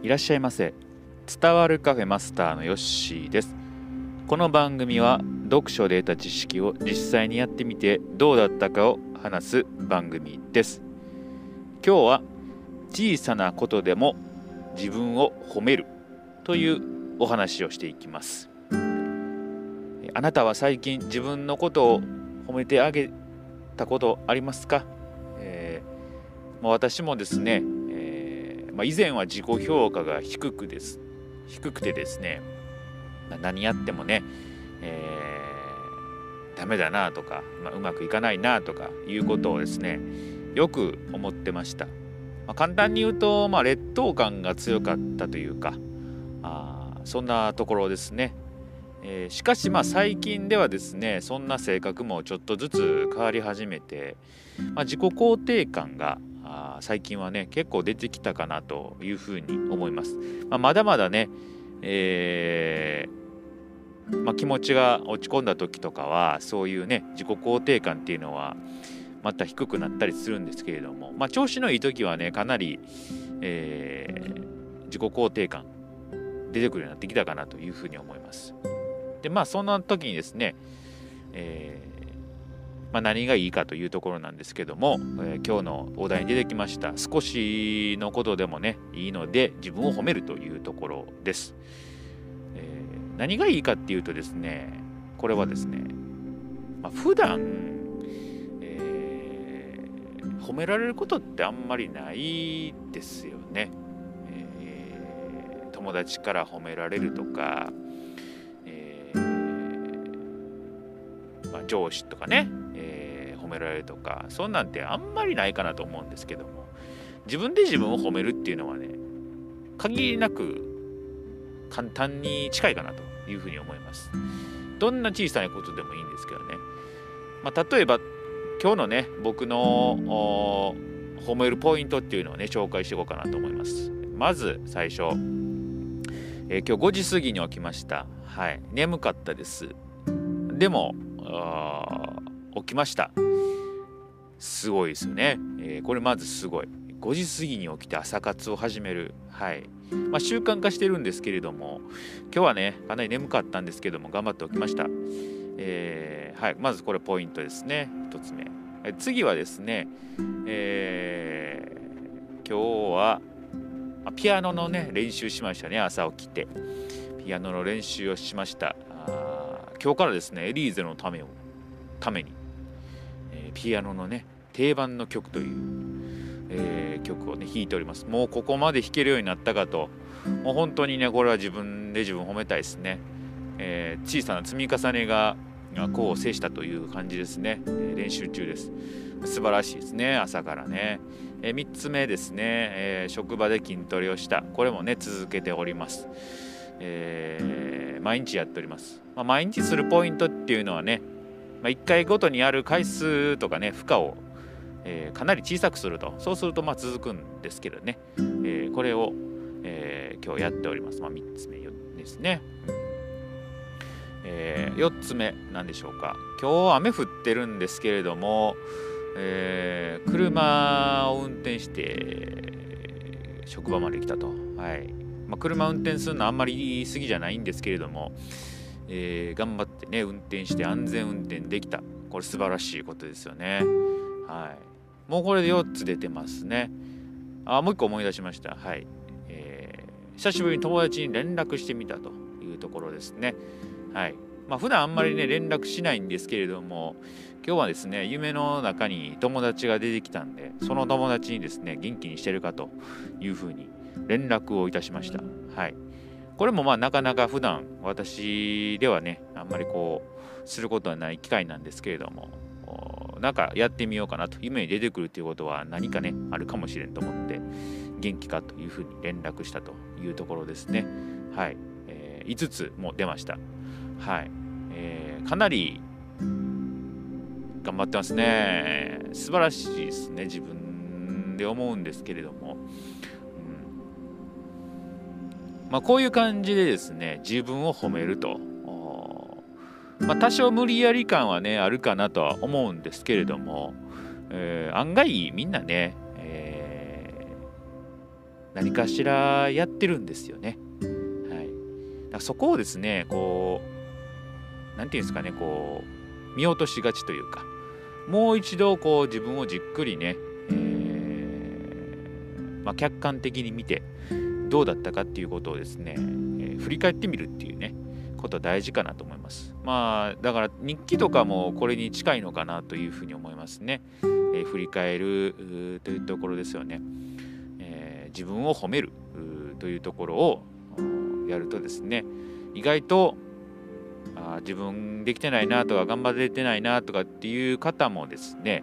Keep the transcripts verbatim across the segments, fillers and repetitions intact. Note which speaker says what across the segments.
Speaker 1: いらっしゃいませ。伝わるカフェマスターのヨッシーです。この番組は読書で得た知識を実際にやってみてどうだったかを話す番組です。今日は小さなことでも自分を褒めるというお話をしていきます。あなたは最近自分のことを褒めてあげたことありますか？えーまあ、私もですね、えーまあ、以前は自己評価が低くです低くてですね、何やってもね、えー、ダメだなとか、まあ、うまくいかないなとかいうことをですねよく思ってました。まあ、簡単に言うと、まあ、劣等感が強かったというか、あそんなところですね。えー、しかしまあ最近ではですねそんな性格もちょっとずつ変わり始めて、まあ、自己肯定感があ最近はね結構出てきたかなというふうに思います。まあ、まだまだね、えーまあ、気持ちが落ち込んだ時とかはそういうね自己肯定感っていうのはまた低くなったりするんですけれども、まあ、調子のいい時はねかなり、えー、自己肯定感出てくるようになってきたかなというふうに思います。でまあそんな時にですね、えーまあ、何がいいかというところなんですけども、えー、今日のお題に出てきました少しのことでもねいいので自分を褒めるというところです。えー、何がいいかっていうとですねこれはですね、まあ、普段、えー、褒められることってあんまりないですよね。えー、友達から褒められるとかまあ、上司とかね、えー、褒められるとかそんなんてあんまりないかなと思うんですけども、自分で自分を褒めるっていうのはね限りなく簡単に近いかなというふうに思います。どんな小さなことでもいいんですけどね、まあ、例えば今日のね僕の褒めるポイントっていうのをね紹介していこうかなと思います。まず最初、えー、今日ごじ過ぎに起きました。はい、眠かったです。でも起きました。すごいですよね、えー、これまずすごい。ごじ過ぎに起きて朝活を始める、はいまあ、習慣化してるんですけれども今日はねかなり眠かったんですけども頑張って起きました。えーはい、まずこれポイントですねひとつめ。え次はですね、えー、今日はピアノのね練習しましたね。朝起きてピアノの練習をしました。今日からですねエリーゼのためをために、えー、ピアノのね定番の曲という、えー、曲をね弾いております。もうここまで弾けるようになったかと、もう本当にねこれは自分で自分を褒めたいですね。えー、小さな積み重ねが功を制したという感じですね。えー、練習中です。素晴らしいですね朝からね。えー、みっつめですね、えー、職場で筋トレをした。これもね続けております。えー、毎日やっております。まあ、毎日するポイントっていうのはね、まあ、いっかいごとにやる回数とかね負荷を、えー、かなり小さくすると、そうするとまあ続くんですけどね、えー、これを、えー、今日やっております。まあ、みっつめですね、えー、よっつめなんでしょうか。今日雨降ってるんですけれども、えー、車を運転して職場まで来たと。はいまあ、車運転するのはあんまり言い過ぎじゃないんですけれども、えー、頑張ってね運転して安全運転できた。これ素晴らしいことですよね。はい、もうこれでよっつ出てますね。あ、もういっこ思い出しました。はい、えー、久しぶりに友達に連絡してみたというところですね。はい、まあ普段あんまりね連絡しないんですけれども、今日はですね夢の中に友達が出てきたんで、その友達にですね元気にしてるかというふうに連絡をいたしました。はい、これもまあなかなか普段私ではねあんまりこうすることはない機会なんですけれども、なんかやってみようかなと、夢に出てくるということは何かねあるかもしれんと思って元気かというふうに連絡したというところですね。はい、えー、いつつも出ました。はい、えー、かなり頑張ってますね。素晴らしいですね自分で思うんですけれども、まあ、こういう感じでですね自分を褒めると、まあ、多少無理やり感はねあるかなとは思うんですけれども、えー、案外みんなね、えー、 何かしらやってるんですよね。はい、だからそこをですねこうなんていうんですかねこう見落としがちというか、もう一度こう自分をじっくりね、えーまあ、客観的に見てどうだったかっていうことをですね、えー、振り返ってみるっていうねことは大事かなと思います。まあだから日記とかもこれに近いのかなというふうに思いますね。えー、振り返るというところですよね。えー、自分を褒めるというところをやるとですね、意外とあ自分できてないなとか頑張れてないなとかっていう方もですね、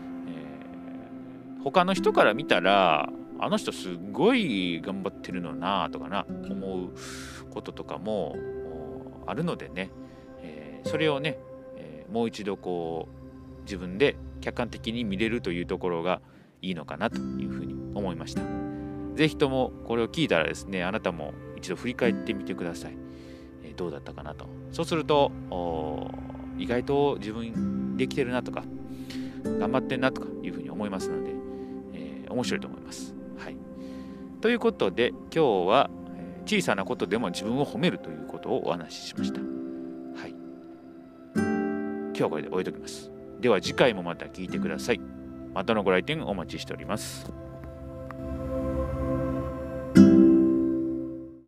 Speaker 1: えー、他の人から見たらあの人すごい頑張ってるのなとかな思うこととかもあるのでね、えー、それをね、えー、もう一度こう自分で客観的に見れるというところがいいのかなというふうに思いました。ぜひともこれを聞いたらですね、あなたも一度振り返ってみてください。えー、どうだったかなと。そうすると意外と自分できてるなとか頑張ってんなとかいうふうに思いますので、えー、面白いと思います。はい。ということで今日は小さなことでも自分を褒めるということをお話ししました。はい。今日はこれで終えておきます。では次回もまた聞いてください。またのご来店お待ちしております。